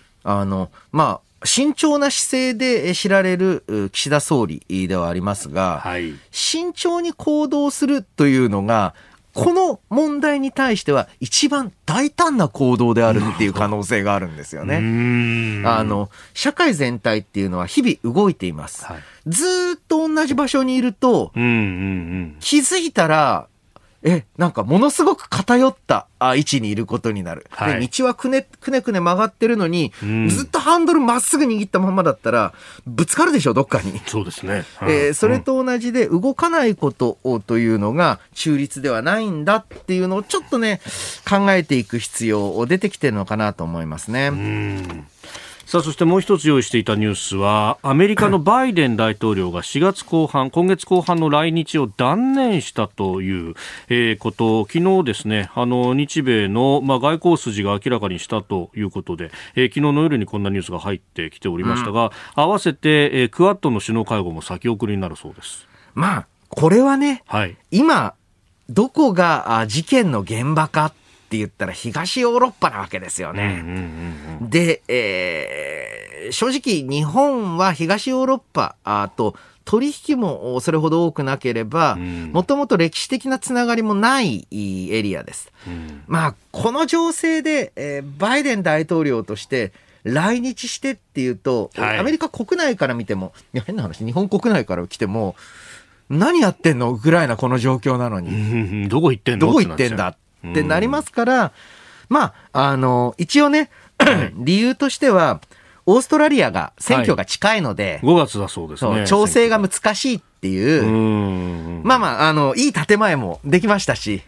慎重な姿勢で知られる岸田総理ではありますが、慎重に行動するというのが、この問題に対しては一番大胆な行動であるっていう可能性があるんですよね。社会全体っていうのは日々動いています。ずーっと同じ場所にいると、気づいたら、なんかものすごく偏った位置にいることになる。で、道はくねくね曲がってるのに、ずっとハンドルまっすぐ握ったままだったら、ぶつかるでしょ、どっかに。 そうですね。 それと同じで動かないことというのが中立ではないんだっていうのをちょっとね、考えていく必要出てきてるのかなと思いますね。 さあ、そしてもう一つ用意していたニュースは、アメリカのバイデン大統領が今月後半の来日を断念したという、ことを昨日ですね、日米の、外交筋が明らかにしたということで、昨日の夜にこんなニュースが入ってきておりましたが、合わせて、クアッドの首脳会合も先送りになるそうです。 これはね、今どこが事件の現場かって言ったら東ヨーロッパなわけですよね。で、正直日本は東ヨーロッパと取引もそれほど多くなければ、もともと歴史的なつながりもないエリアです。この情勢で、バイデン大統領として来日してっていうと、アメリカ国内から見ても、いや変な話、日本国内から来ても、何やってんのウクライナこの状況なのに。 どこ行ってんのどこ行ってんだってなりますから、一応ね、理由としては、オーストラリアが選挙が近いので、 5月だそうですね。 調整が難しいっていう、いい建前もできましたし、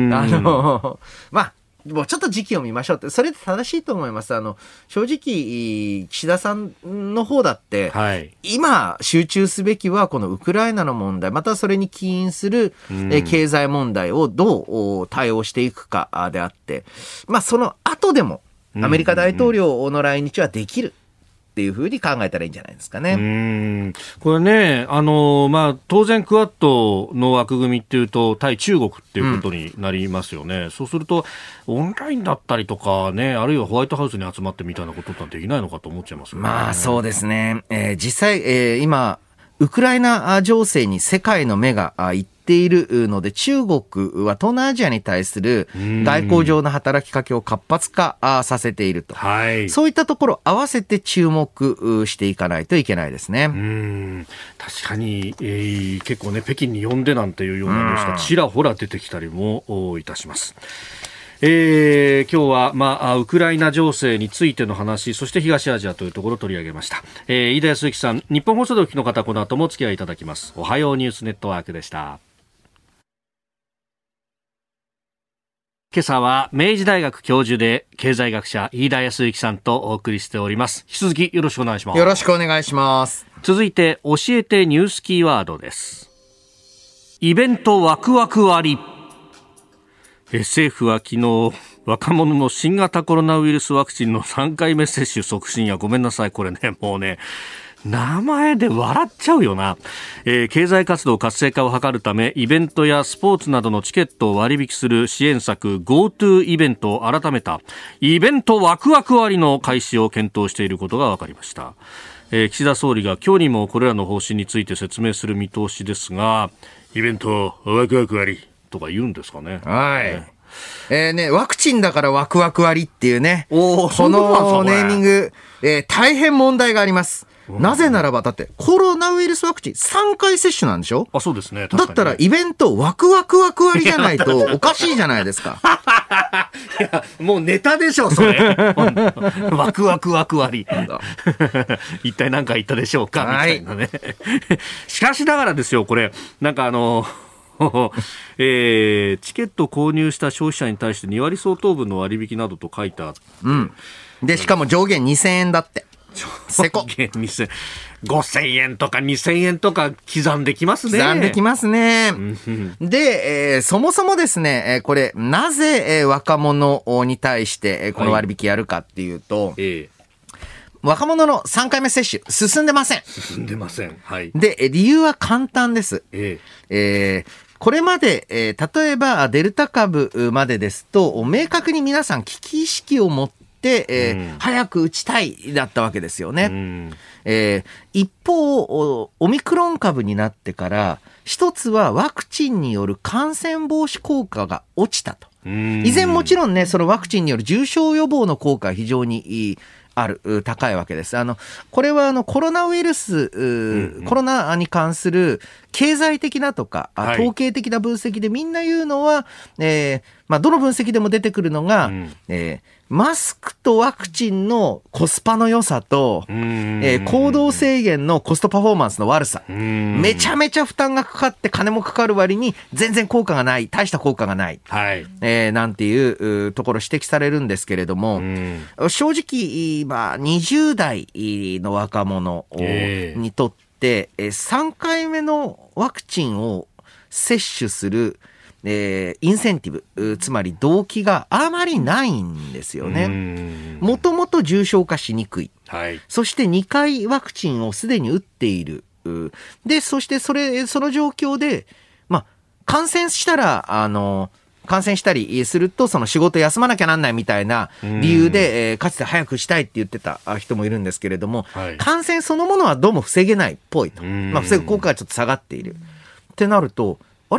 もうちょっと時期を見ましょうって、それで正しいと思います。正直、岸田さんの方だって、今集中すべきはこのウクライナの問題、またそれに起因する、経済問題をどう対応していくかであって、その後でもアメリカ大統領の来日はできる。っていうふうに考えたらいいんじゃないですかね。 これね、当然クアッドの枠組みっていうと対中国っていうことになりますよね。そうするとオンラインだったりとかね、あるいはホワイトハウスに集まってみたいなことってできないのかと思っちゃいますよね。 そうですね。実際、今ウクライナ情勢に世界の目がいっているので、中国は東南アジアに対する外交上の働きかけを活発化させていると、そういったところ合わせて注目していかないといけないですね。 確かに、結構ね、北京に呼んでなんていうようなニュースがちらほら出てきたりもいたします。今日は、ウクライナ情勢についての話、そして東アジアというところを取り上げました。飯田康之さん、日本放送でお聞きの方、この後もお付き合いいただきます。おはようニュースネットワークでした。 今朝は明治大学教授で経済学者飯田康之さんとお送りしております。引き続きよろしくお願いします。 よろしくお願いします。 続いて教えてニュースキーワードです。イベントワクワク割。政府は昨日若者の新型コロナウイルスワクチンの3回目接種促進や、ごめんなさいこれね、もうね名前で笑っちゃうよな。経済活動活性化を図るため、イベントやスポーツなどのチケットを割引する支援策 GoTo イベントを改めたイベントワクワク割の開始を検討していることが分かりました。岸田総理が今日にもこれらの方針について説明する見通しですが、イベントワクワク割とか言うんですかね。 はい、ね、ワクチンだからワクワク割っていうね、このネーミング、大変問題があります。なぜならば、だってコロナウイルスワクチン3回接種なんでしょ。 あ、そうですね。 だったらイベントワクワクワク割じゃないとおかしいじゃないですか。 いや、もうネタでしょそれ。ワクワクワク割。一体何か言ったでしょうか、みたいなね。しかしながらですよ、これなんかチケット購入した消費者に対して2割相当分の割引などと書いてあって、 うん、でしかも上限2000円だって。 せこ5000円とか2000円とか刻んできますね。 刻んできますね。で、そもそもですね、これなぜ、若者に対してこの割引やるかっていうと、若者の3回目接種進んでません。 進んでません。はい。 で、理由は簡単です。これまで、例えばデルタ株までですと明確に皆さん危機意識を持って早く打ちたいだったわけですよね。一方オミクロン株になってから一つはワクチンによる感染防止効果が落ちたと。以前もちろんね、そのワクチンによる重症予防の効果は非常に高いわけです。これはコロナウイルス、コロナに関する経済的なとか、統計的な分析でみんな言うのは、どの分析でも出てくるのが、マスクとワクチンのコスパの良さと、行動制限のコストパフォーマンスの悪さ、めちゃめちゃ負担がかかって金もかかる割に全然効果がない、大した効果がない、なんていうところ指摘されるんですけれども、正直、20代の若者にとって3回目のワクチンを接種するインセンティブ、つまり動機があまりないんですよね。もともと重症化しにくい、そして2回ワクチンをすでに打っている。でそしてその状況で、感染したら感染したりするとその仕事休まなきゃなんないみたいな理由で、かつて早くしたいって言ってた人もいるんですけれども、感染そのものはどうも防げないっぽいと、防ぐ効果がちょっと下がっているってなると、あれ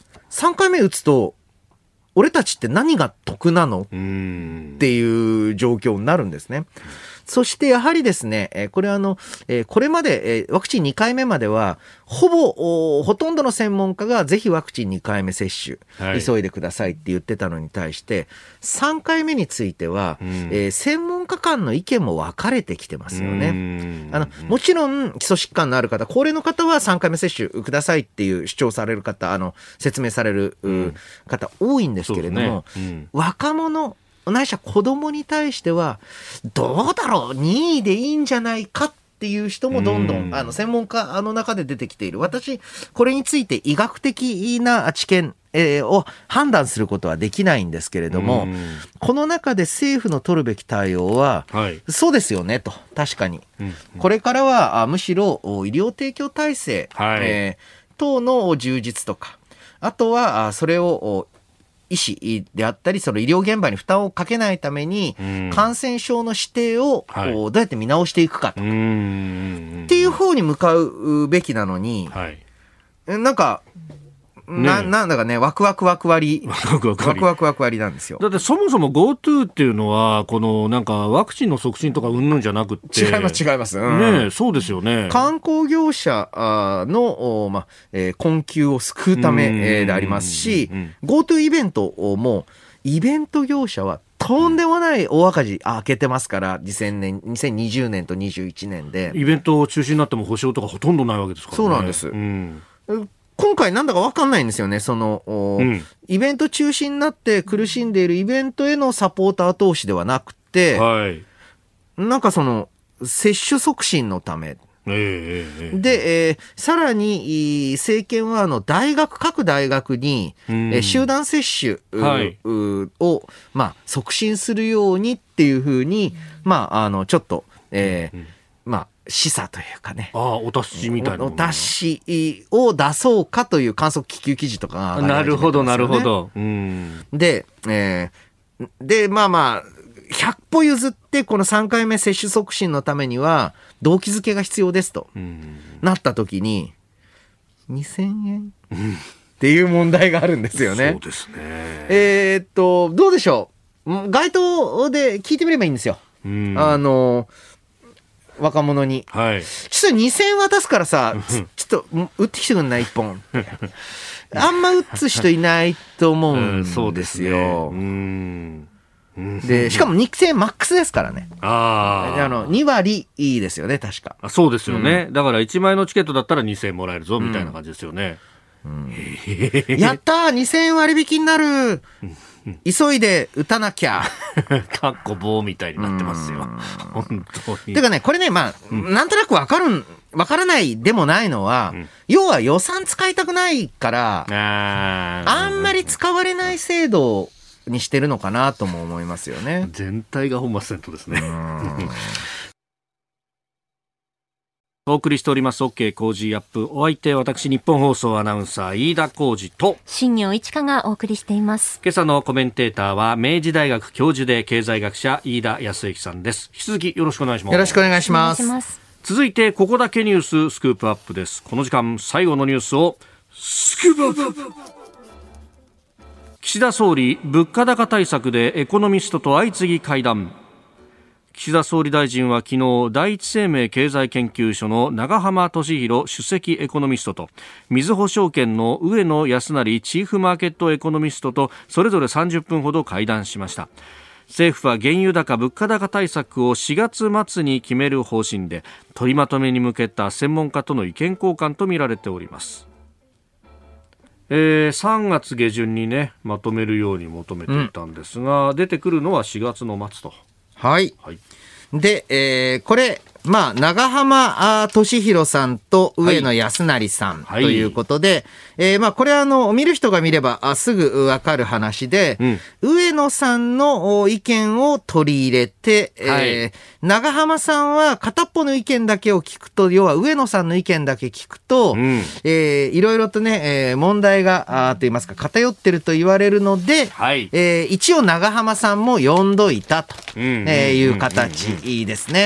3回目打つと俺たちって何が得なのっていう状況になるんですね。そしてやはりですね、これこれまでワクチン2回目まではほとんどの専門家がぜひワクチン2回目接種、急いでくださいって言ってたのに対して3回目については、専門家間の意見も分かれてきてますよね。もちろん基礎疾患のある方、高齢の方は3回目接種くださいっていう主張される方、説明される方多いんですけれども、若者ないしは子供に対してはどうだろう、任意でいいんじゃないかっていう人もどんどん専門家の中で出てきている。私これについて医学的な知見を判断することはできないんですけれども、この中で政府の取るべき対応は、そうですよねと。確かに、これからはむしろ医療提供体制、等の充実とか、あとはそれを医師であったりその医療現場に負担をかけないために、感染症の指定をどうやって見直していくかとか、っていう方に向かうべきなのに、なんかなんだかね、ワクワクワク割なんですよ。 だってそもそも GoTo っていうのはこのなんかワクチンの促進とかうんぬんじゃなくて、 違います、 ね、そうですよね。 観光業者の困窮を救うためでありますし、GoTo イベントもイベント業者はとんでもない大赤字開けてますから、2020年と21年でイベント中止になっても保証とかほとんどないわけですからね。 そうなんです、 今回なんだか分かんないんですよね。イベント中止になって苦しんでいるイベントへのサポーター投資ではなくて、なんか接種促進のため。で、さらに政権は各大学に、集団接種を、促進するようにっていうふうに、ちょっと、示唆というかね。 お達しみたいな。 お達しを出そうかという観測気球記事とかが上がり始めてますよね。 なるほど。 で、100歩譲ってこの3回目接種促進のためには動機づけが必要ですとなった時に2000円っていう問題があるんですよね。 そうですね。 どうでしょう。街頭で聞いてみればいいんですよ。若者に。ちょっと2000円渡すからさ、ちょっと打ってきてくんない1本。あんま打つ人いないと思うんですよ。で、しかも2000円マックスですからね。2割いいですよね、確か。 そうですよね。だから1万円のチケットだったら2000円もらえるぞ、みたいな感じですよね。 やったー !2000 円割引になる急いで打たなきゃ。 かっこ棒みたいになってますよ。本当に。 てかね、これね、なんとなくわからないでもないのは、要は予算使いたくないから、あんまり使われない制度にしてるのかなとも思いますよね。 全体が本末転倒ですね。お送りしております OK 工事アップ。お相手私日本放送アナウンサー飯田浩司と新業一華がお送りしています。 今朝のコメンテーターは明治大学教授で経済学者飯田康之さんです。引き続きよろしくお願いします。 よろしくお願いします。 続いてここだけニューススクープアップです。この時間最後のニュースをスクープアップ。岸田総理物価高対策でエコノミストと相次ぎ会談。岸田総理大臣は昨日第一生命経済研究所の長浜俊弘首席エコノミストとみずほ証券の上野康成チーフマーケットエコノミストとそれぞれ30分ほど会談しました。政府は原油高物価高対策を4月末に決める方針で取りまとめに向けた専門家との意見交換とみられております。3月下旬にねまとめるように求めていたんですが、出てくるのは4月の末と。 はい。で、これ、長浜俊弘さんと上野康成さんということで、これは見る人が見ればすぐわかる話で、上野さんの意見を取り入れて、長浜さんは片っぽの意見だけを聞くと、要は上野さんの意見だけ聞くと、いろいろとね、問題が、と言いますか、偏ってると言われるので、一応長浜さんも呼んどいたという形ですね。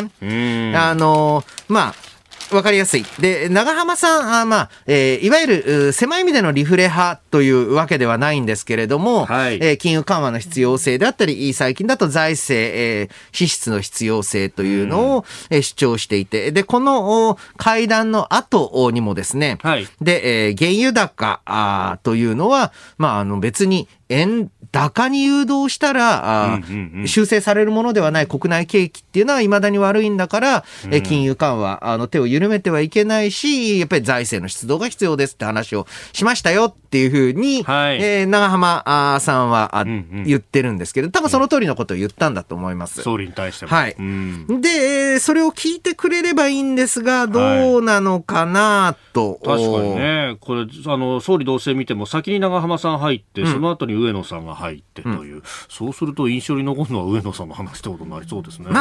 わかりやすい。で、長浜さん、いわゆる狭い意味でのリフレ派というわけではないんですけれども、金融緩和の必要性であったり、最近だと財政、支出の必要性というのを、主張していて、で、この会談の後にもですね、で、原油高というのは、別に円高に誘導したら、修正されるものではない国内景気っていうのは未だに悪いんだから、金融緩和、手を緩めてはいけないし、やっぱり財政の出動が必要ですって話をしましたよっていうふうに、長浜さんは言ってるんですけど、多分その通りのことを言ったんだと思います。 総理に対しても。 で、それを聞いてくれればいいんですが、どうなのかなと。 確かにね、これ、総理同棲見ても先に長浜さん入って、その後に上野さんが入ってという、そうすると印象に残るのは上野さんの話ってことになりそうですね。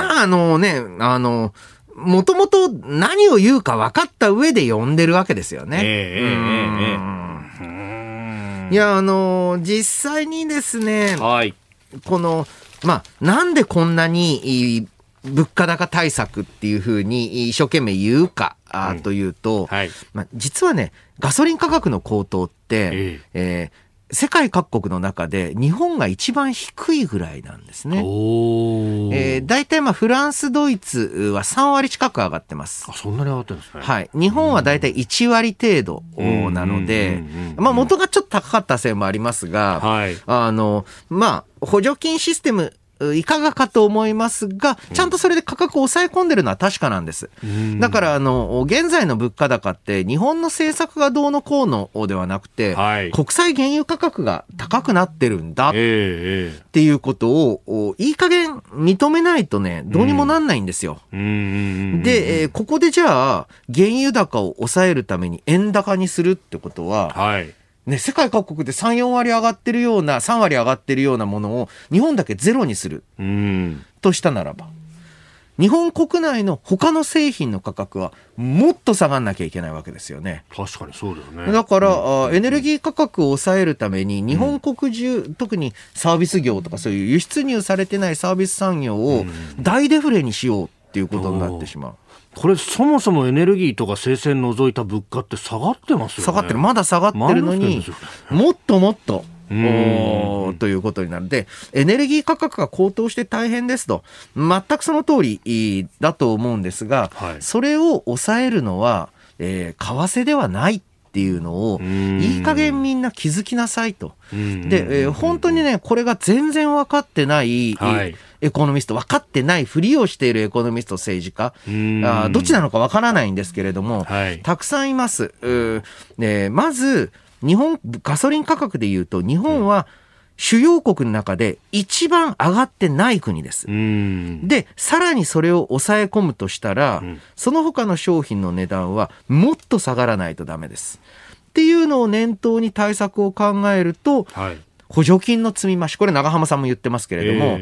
もともと何を言うか分かった上で呼んでるわけですよね。いや、実際にですね、この、なんでこんなに物価高対策っていうふうに一生懸命言うかというと、実はね、ガソリン価格の高騰って、世界各国の中で日本が一番低いぐらいなんですね。だいたいフランス、ドイツは3割近く上がってます。 そんなに上がってるんですね。 はい。日本はだいたい1割程度なので、元がちょっと高かったせいもありますが、補助金システムいかがかと思いますが、ちゃんとそれで価格を抑え込んでるのは確かなんです。だから現在の物価高って日本の政策がどうのこうのではなくて、国際原油価格が高くなってるんだっていうことをいい加減認めないとね、どうにもなんないんですよ。で、ここでじゃあ原油高を抑えるために円高にするってことは、ね、世界各国で3、4割上がってるような、3割上がってるようなものを日本だけゼロにするとしたならば、日本国内の他の製品の価格はもっと下がんなきゃいけないわけですよね。 確かにそうですね。 だから、エネルギー価格を抑えるために日本国中、特にサービス業とかそういう輸出入されてないサービス産業を大デフレにしようっていうことになってしまう。 これそもそもエネルギーとか生鮮除いた物価って下がってますよね。 下がってる。まだ下がってるのに、もっともっとということになるので、エネルギー価格が高騰して大変ですと、全くその通りだと思うんですが、それを抑えるのは、為替ではないっていうのをいい加減みんな気づきなさいと。で、本当にね、これが全然分かってない、エコノミスト、分かってないふりをしているエコノミスト、政治家、どっちなのか分からないんですけれども、たくさんいます。まずガソリン価格でいうと、日本は主要国の中で一番上がってない国です。で、さらにそれを抑え込むとしたら、その他の商品の値段はもっと下がらないとダメです。っていうのを念頭に対策を考えると、補助金の積み増し、これ長浜さんも言ってますけれども、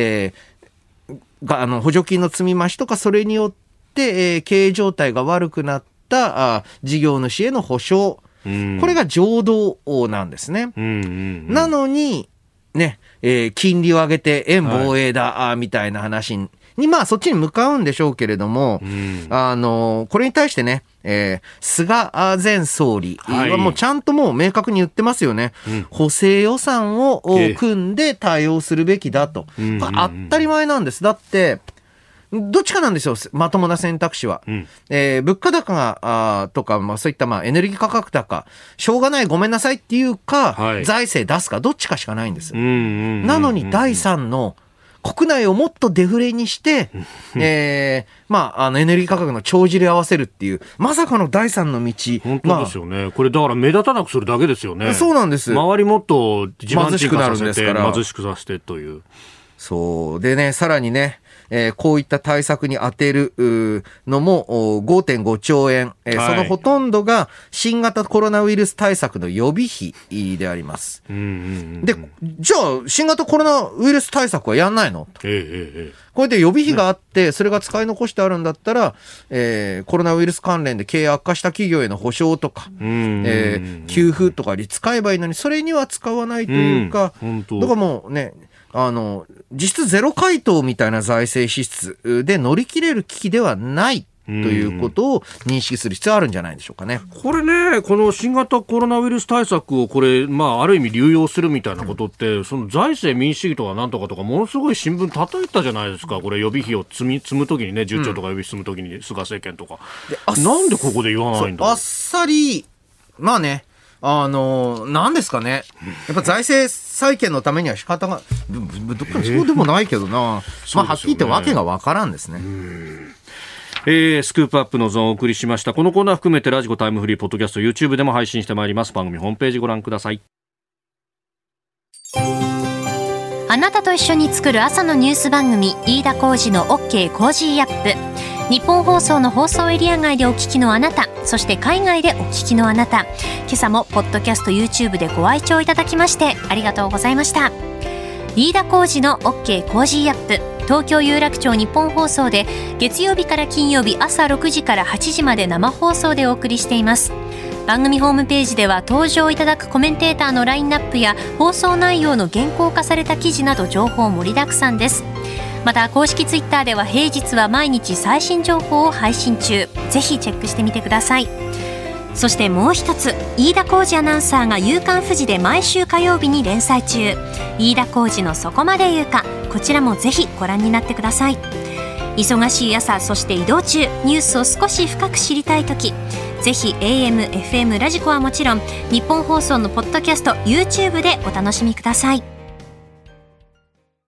補助金の積み増しとか、それによって、経営状態が悪くなった事業主への補償、これが常道なんですね。なのに、ね、金利を上げて円防衛だ、みたいな話に、そっちに向かうんでしょうけれども、これに対してね、菅前総理はもうちゃんともう明確に言ってますよね。補正予算を組んで対応するべきだと。当たり前なんです。だって、どっちかなんですよ、まともな選択肢は。物価高がとか、そういったエネルギー価格高、しょうがないごめんなさいっていうか、財政出すか、どっちかしかないんです。なのに第3の国内をもっとデフレにして、エネルギー価格の帳尻合わせるっていう、まさかの第3の道。 本当ですよね。これだから目立たなくするだけですよね。 そうなんです。 周りもっと地盤沈下させて、貧しくさせてという。 そう。でね、さらにね、こういった対策に充てるのも 5.5 兆円、そのほとんどが新型コロナウイルス対策の予備費であります。で、じゃあ新型コロナウイルス対策はやんないの？これで予備費があって、それが使い残してあるんだったら、コロナウイルス関連で経営悪化した企業への補償とか、給付とかに使えばいいのに、それには使わないというか、だからもうね、実質ゼロ回答みたいな財政支出で乗り切れる危機ではないということを認識する必要あるんじゃないでしょうかね。 これね、この新型コロナウイルス対策をある意味流用するみたいなことって、その財政民主主義とかなんとかとかものすごい新聞叩いたじゃないですか。これ予備費を積むときにね、10兆とか予備費積むときに菅政権とか、なんでここで言わないんだろう。 あっさり、なんですかね。やっぱ財政再建のためには仕方が、そうでもないけどな。はっきり言ってわけがわからんですね。 スクープアップのゾーンをお送りしました。このコーナー含めてラジコタイムフリーポッドキャスト YouTube でも配信してまいります。番組ホームページご覧ください。 あなたと一緒に作る朝のニュース番組、飯田浩司の OK コージーアップ。日本放送の放送エリア外でお聞きのあなた、そして海外でお聞きのあなた、今朝もポッドキャスト YouTube でご愛聴いただきましてありがとうございました。飯田浩司の OK コージーアップ、東京有楽町日本放送で月曜日から金曜日朝6時から8時まで生放送でお送りしています。番組ホームページでは登場いただくコメンテーターのラインナップや放送内容の原稿化された記事など情報盛りだくさんです。また公式ツイッターでは平日は毎日最新情報を配信中、ぜひチェックしてみてください。そしてもう一つ、飯田浩司アナウンサーが夕刊フジで毎週火曜日に連載中、飯田浩司のそこまで言うか、こちらもぜひご覧になってください。忙しい朝、そして移動中、ニュースを少し深く知りたいとき、ぜひ AM、FM、ラジコはもちろん日本放送のポッドキャスト YouTube でお楽しみください。